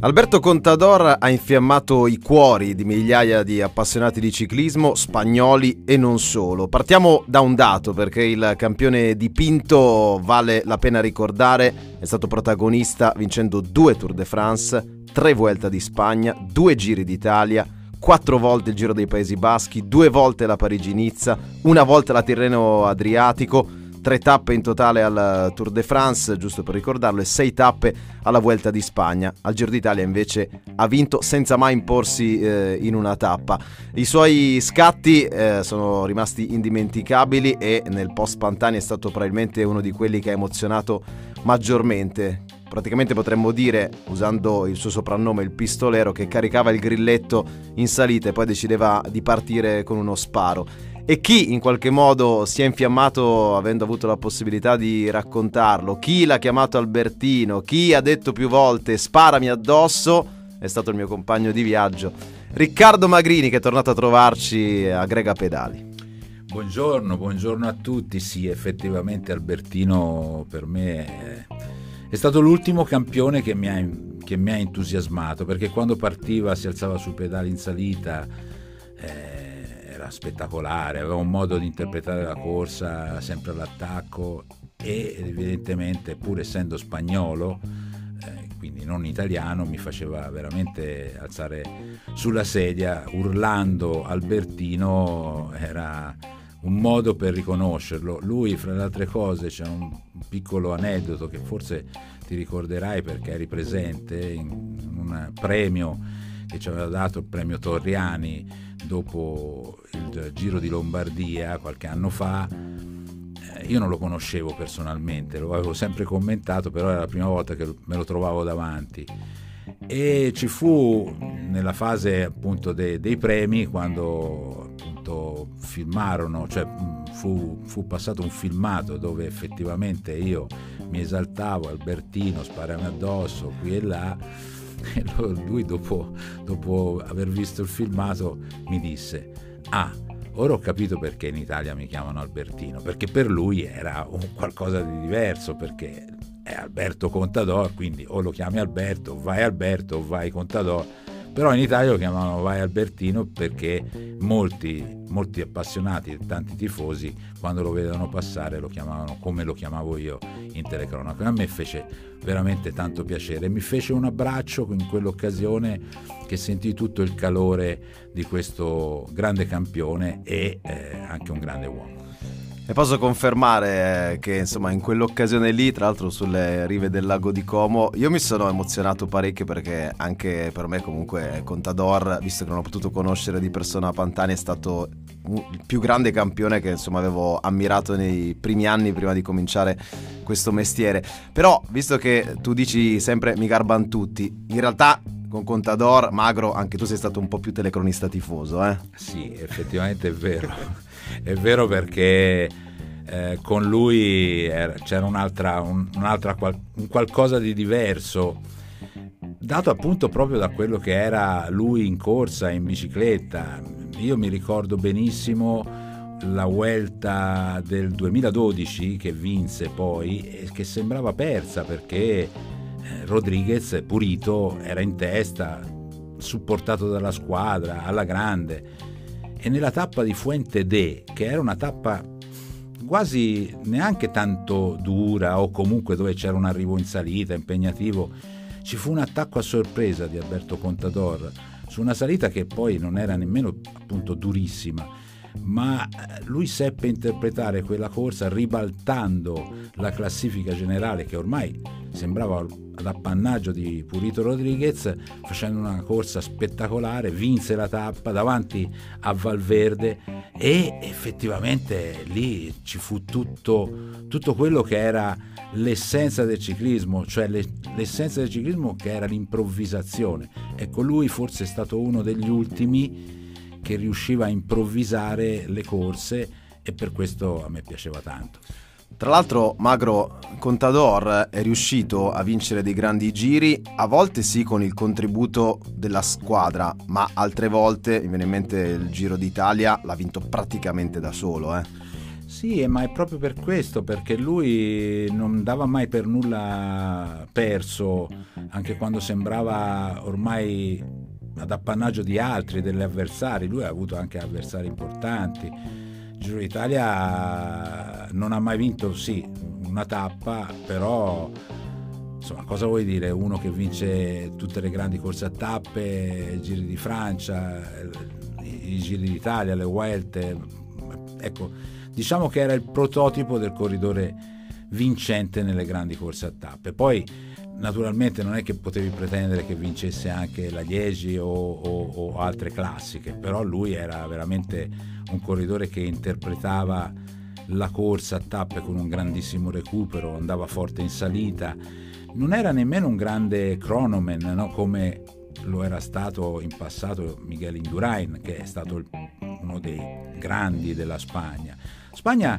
Alberto Contador ha infiammato i cuori di migliaia di appassionati di ciclismo, spagnoli e non solo. Partiamo da un dato, perché il campione dipinto, vale la pena ricordare, è stato protagonista vincendo 2 Tour de France, 3 Vuelta di Spagna, 2 Giri d'Italia, 4 volte il Giro dei Paesi Baschi, 2 volte la Parigi-Nizza, 1 volta la Tirreno Adriatico, 3 tappe in totale al Tour de France, giusto per ricordarlo, e 6 tappe alla Vuelta di Spagna. Al Giro d'Italia invece ha vinto senza mai imporsi in una tappa. I suoi scatti sono rimasti indimenticabili e nel post Pantani è stato probabilmente uno di quelli che ha emozionato maggiormente. Praticamente potremmo dire, usando il suo soprannome, il pistolero, che caricava il grilletto in salita e poi decideva di partire con uno sparo. E chi in qualche modo si è infiammato avendo avuto la possibilità di raccontarlo, chi l'ha chiamato Albertino, chi ha detto più volte sparami addosso, è stato il mio compagno di viaggio Riccardo Magrini, che è tornato a trovarci a Grega Pedali. Buongiorno a tutti. Sì, effettivamente Albertino per me è stato l'ultimo campione che mi ha entusiasmato, perché quando partiva si alzava sui pedali in salita, era spettacolare, aveva un modo di interpretare la corsa sempre all'attacco e evidentemente, pur essendo spagnolo, quindi non italiano, mi faceva veramente alzare sulla sedia. Urlando Albertino era un modo per riconoscerlo. Lui, fra le altre cose, c'è un piccolo aneddoto che forse ti ricorderai perché eri presente in un premio che ci aveva dato, il premio Torriani, dopo il Giro di Lombardia qualche anno fa. Io non lo conoscevo personalmente, lo avevo sempre commentato, però era la prima volta che me lo trovavo davanti. E ci fu nella fase appunto dei premi, quando appunto filmarono, cioè fu passato un filmato dove effettivamente io mi esaltavo, Albertino sparami addosso qui e là, e lui dopo aver visto il filmato mi disse: ora ho capito perché in Italia mi chiamano Albertino, perché per lui era qualcosa di diverso, perché è Alberto Contador, quindi o lo chiami Alberto o vai Contador. Però in Italia lo chiamano vai Albertino perché molti appassionati e tanti tifosi, quando lo vedono passare, lo chiamavano come lo chiamavo io in telecronaca. A me fece veramente tanto piacere, mi fece un abbraccio in quell'occasione che sentii tutto il calore di questo grande campione e anche un grande uomo. E posso confermare che insomma in quell'occasione lì, tra l'altro sulle rive del lago di Como, io mi sono emozionato parecchio, perché anche per me comunque Contador, visto che non ho potuto conoscere di persona Pantani, è stato il più grande campione che insomma avevo ammirato nei primi anni prima di cominciare questo mestiere. Però visto che tu dici sempre mi garban tutti, in realtà con Contador, Magro, anche tu sei stato un po' più telecronista tifoso, eh? Sì, effettivamente è vero. È vero, perché con lui c'era un qualcosa di diverso, dato appunto proprio da quello che era lui in corsa, in bicicletta. Io mi ricordo benissimo la Vuelta del 2012 che vinse poi e che sembrava persa, perché Rodriguez Purito era in testa, supportato dalla squadra alla grande. E nella tappa di Fuente D, che era una tappa quasi neanche tanto dura, o comunque dove c'era un arrivo in salita impegnativo, ci fu un attacco a sorpresa di Alberto Contador su una salita che poi non era nemmeno appunto durissima, ma lui seppe interpretare quella corsa ribaltando la classifica generale, che ormai sembrava ad appannaggio di Purito Rodriguez, facendo una corsa spettacolare, vinse la tappa davanti a Valverde e effettivamente lì ci fu tutto quello che era l'essenza del ciclismo, cioè l'essenza del ciclismo, che era l'improvvisazione. Ecco, lui forse è stato uno degli ultimi che riusciva a improvvisare le corse, e per questo a me piaceva tanto. Tra l'altro, Magro, Contador è riuscito a vincere dei grandi giri, a volte sì con il contributo della squadra, ma altre volte, mi viene in mente il Giro d'Italia, l'ha vinto praticamente da solo, Sì, ma è proprio per questo, perché lui non dava mai per nulla perso, anche quando sembrava ormai ad appannaggio di altri, degli avversari. Lui ha avuto anche avversari importanti. Il Giro d'Italia non ha mai vinto, sì, una tappa, però insomma, cosa vuoi dire? Uno che vince tutte le grandi corse a tappe, i Giri di Francia, i Giri d'Italia, le Vuelte, ecco, diciamo che era il prototipo del corridore vincente nelle grandi corse a tappe. Poi naturalmente non è che potevi pretendere che vincesse anche la Liegi o altre classiche, però lui era veramente un corridore che interpretava la corsa a tappe con un grandissimo recupero, andava forte in salita, non era nemmeno un grande cronoman, no? Come lo era stato in passato Miguel Indurain, che è stato uno dei grandi della Spagna. Spagna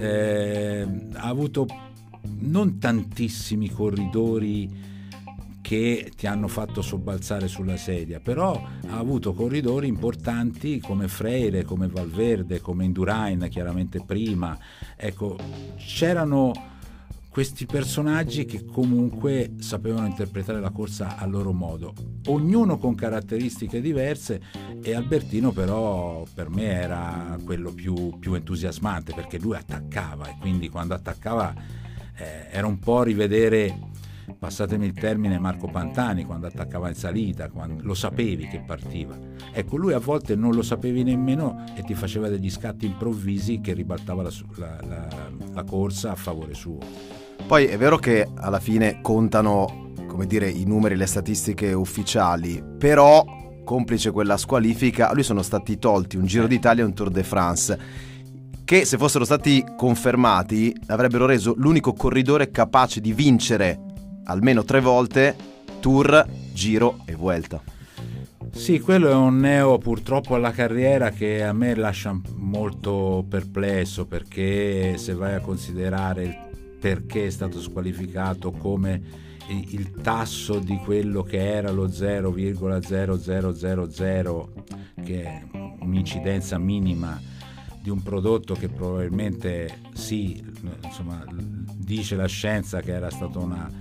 ha avuto non tantissimi corridori che ti hanno fatto sobbalzare sulla sedia, però ha avuto corridori importanti come Freire, come Valverde, come Indurain chiaramente prima. Ecco, c'erano questi personaggi che comunque sapevano interpretare la corsa a loro modo, ognuno con caratteristiche diverse, e Albertino però per me era quello più entusiasmante, perché lui attaccava, e quindi quando attaccava era un po' rivedere, passatemi il termine, Marco Pantani quando attaccava in salita, quando lo sapevi che partiva. Ecco, lui a volte non lo sapevi nemmeno e ti faceva degli scatti improvvisi che ribaltava la corsa a favore suo. Poi è vero che alla fine contano, come dire, i numeri, le statistiche ufficiali, però complice quella squalifica, a lui sono stati tolti un Giro d'Italia e un Tour de France, che se fossero stati confermati avrebbero reso l'unico corridore capace di vincere almeno 3 volte Tour, Giro e Vuelta. Sì, quello è un neo purtroppo alla carriera che a me lascia molto perplesso, perché se vai a considerare il perché è stato squalificato come il tasso di quello che era lo 0,0000, che è un'incidenza minima di un prodotto che probabilmente sì, insomma, dice la scienza che era stato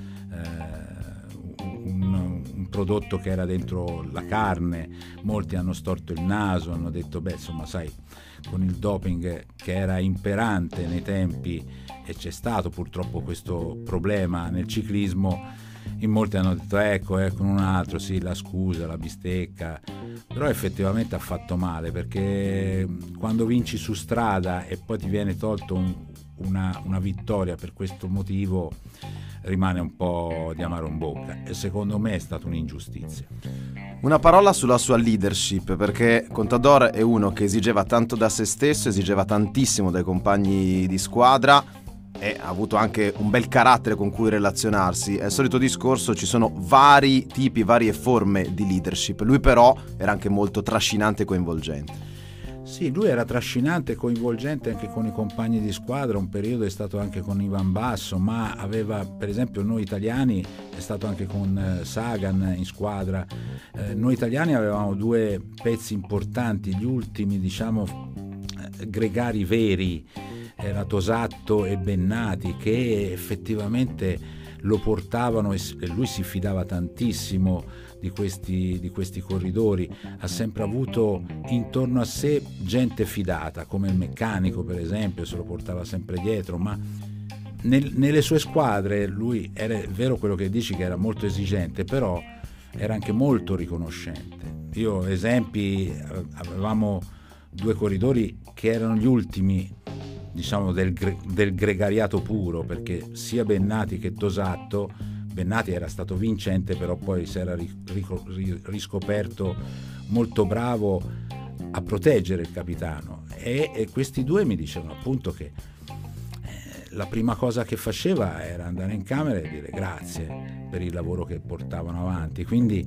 un prodotto che era dentro la carne. Molti hanno storto il naso, hanno detto beh, insomma, sai, con il doping che era imperante nei tempi, e c'è stato purtroppo questo problema nel ciclismo, in molti hanno detto ecco un altro, sì, la scusa, la bistecca, però effettivamente ha fatto male, perché quando vinci su strada e poi ti viene tolto una vittoria per questo motivo, rimane un po' di amaro in bocca, e secondo me è stata un'ingiustizia. Una parola sulla sua leadership, perché Contador è uno che esigeva tanto da se stesso, esigeva tantissimo dai compagni di squadra e ha avuto anche un bel carattere con cui relazionarsi. È il solito discorso, ci sono vari tipi, varie forme di leadership. Lui però era anche molto trascinante e coinvolgente. Sì, lui era trascinante e coinvolgente anche con i compagni di squadra, un periodo è stato anche con Ivan Basso, ma aveva, per esempio, noi italiani, è stato anche con Sagan in squadra. Noi italiani avevamo 2 pezzi importanti, gli ultimi, diciamo, gregari veri, era Tosatto e Bennati, che effettivamente lo portavano, e lui si fidava tantissimo di questi corridori. Ha sempre avuto intorno a sé gente fidata, come il meccanico per esempio, se lo portava sempre dietro, ma nelle sue squadre lui era, è vero quello che dici, che era molto esigente, però era anche molto riconoscente. Io esempi, avevamo 2 corridori che erano gli ultimi, diciamo, del gregariato puro, perché sia Bennati che Tosatto, Bennati era stato vincente, però poi si era riscoperto molto bravo a proteggere il capitano, e questi 2 mi dicevano appunto che la prima cosa che faceva era andare in camera e dire grazie per il lavoro che portavano avanti, quindi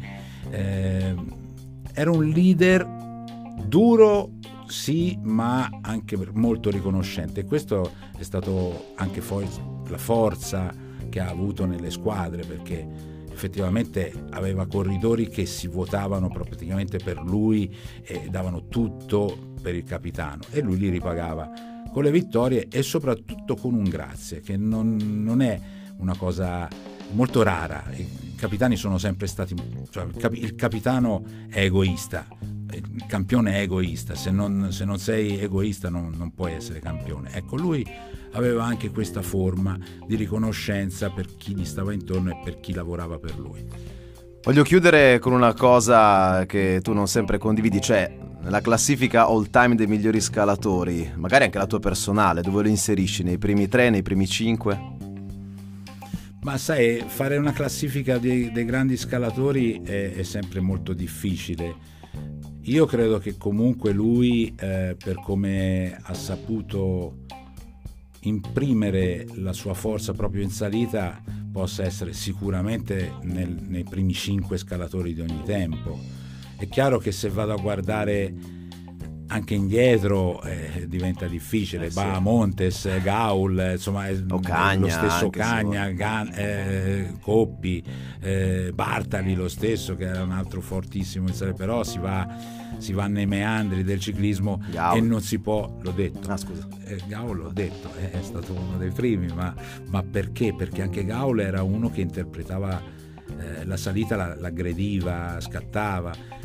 era un leader duro, sì, ma anche molto riconoscente, e questo è stato anche la forza che ha avuto nelle squadre, perché effettivamente aveva corridori che si votavano praticamente per lui e davano tutto per il capitano, e lui li ripagava con le vittorie e soprattutto con un grazie, che non è una cosa molto rara. I capitani sono sempre stati, cioè il capitano è egoista, il campione è egoista, se non sei egoista non puoi essere campione. Ecco, lui aveva anche questa forma di riconoscenza per chi gli stava intorno e per chi lavorava per lui. Voglio chiudere con una cosa che tu non sempre condividi, cioè la classifica all time dei migliori scalatori, magari anche la tua personale, dove lo inserisci? Nei primi 3, nei primi 5? Ma sai, fare una classifica dei grandi scalatori è sempre molto difficile. Io credo che comunque lui, per come ha saputo imprimere la sua forza proprio in salita, possa essere sicuramente nei primi 5 scalatori di ogni tempo. È chiaro che se vado a guardare anche indietro diventa difficile. Sì. Montes, Gaul, insomma Cagna, lo stesso Cagna, Coppi, Bartali lo stesso, che era un altro fortissimo in salita, però si va nei meandri del ciclismo. Gaul. E non si può, l'ho detto. Scusa. Gaul, l'ho detto, è stato uno dei primi, ma perché? Perché anche Gaul era uno che interpretava la salita, l'aggrediva, scattava.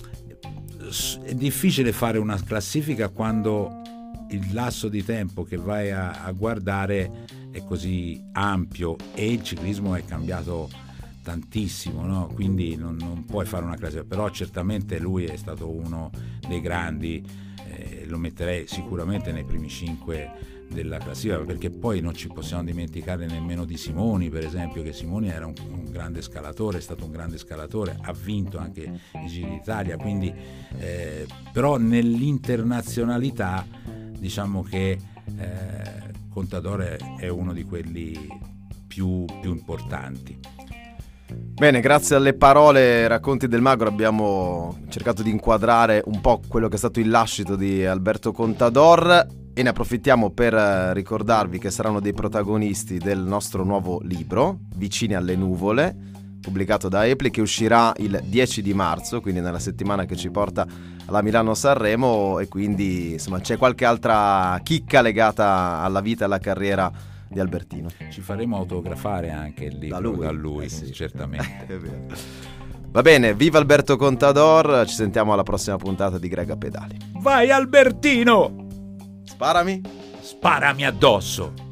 È difficile fare una classifica quando il lasso di tempo che vai a guardare è così ampio e il ciclismo è cambiato tantissimo, no? Quindi non puoi fare una classifica, però certamente lui è stato uno dei grandi, lo metterei sicuramente nei primi 5 della classifica, perché poi non ci possiamo dimenticare nemmeno di Simoni, per esempio, che Simoni era un grande scalatore, è stato un grande scalatore, ha vinto anche i Giri d'Italia, quindi però nell'internazionalità diciamo che Contador è uno di quelli più importanti. Bene, grazie alle parole, racconti del Magro, abbiamo cercato di inquadrare un po' quello che è stato il lascito di Alberto Contador e ne approfittiamo per ricordarvi che saranno dei protagonisti del nostro nuovo libro, Vicini alle nuvole, pubblicato da Epli, che uscirà il 10 di marzo, quindi nella settimana che ci porta alla Milano-Sanremo, e quindi insomma c'è qualche altra chicca legata alla vita e alla carriera di Albertino. Ci faremo autografare anche il libro da lui sì. Certamente. È vero. Va bene, viva Alberto Contador, ci sentiamo alla prossima puntata di Grega Pedali. Vai Albertino! Sparami! Sparami addosso!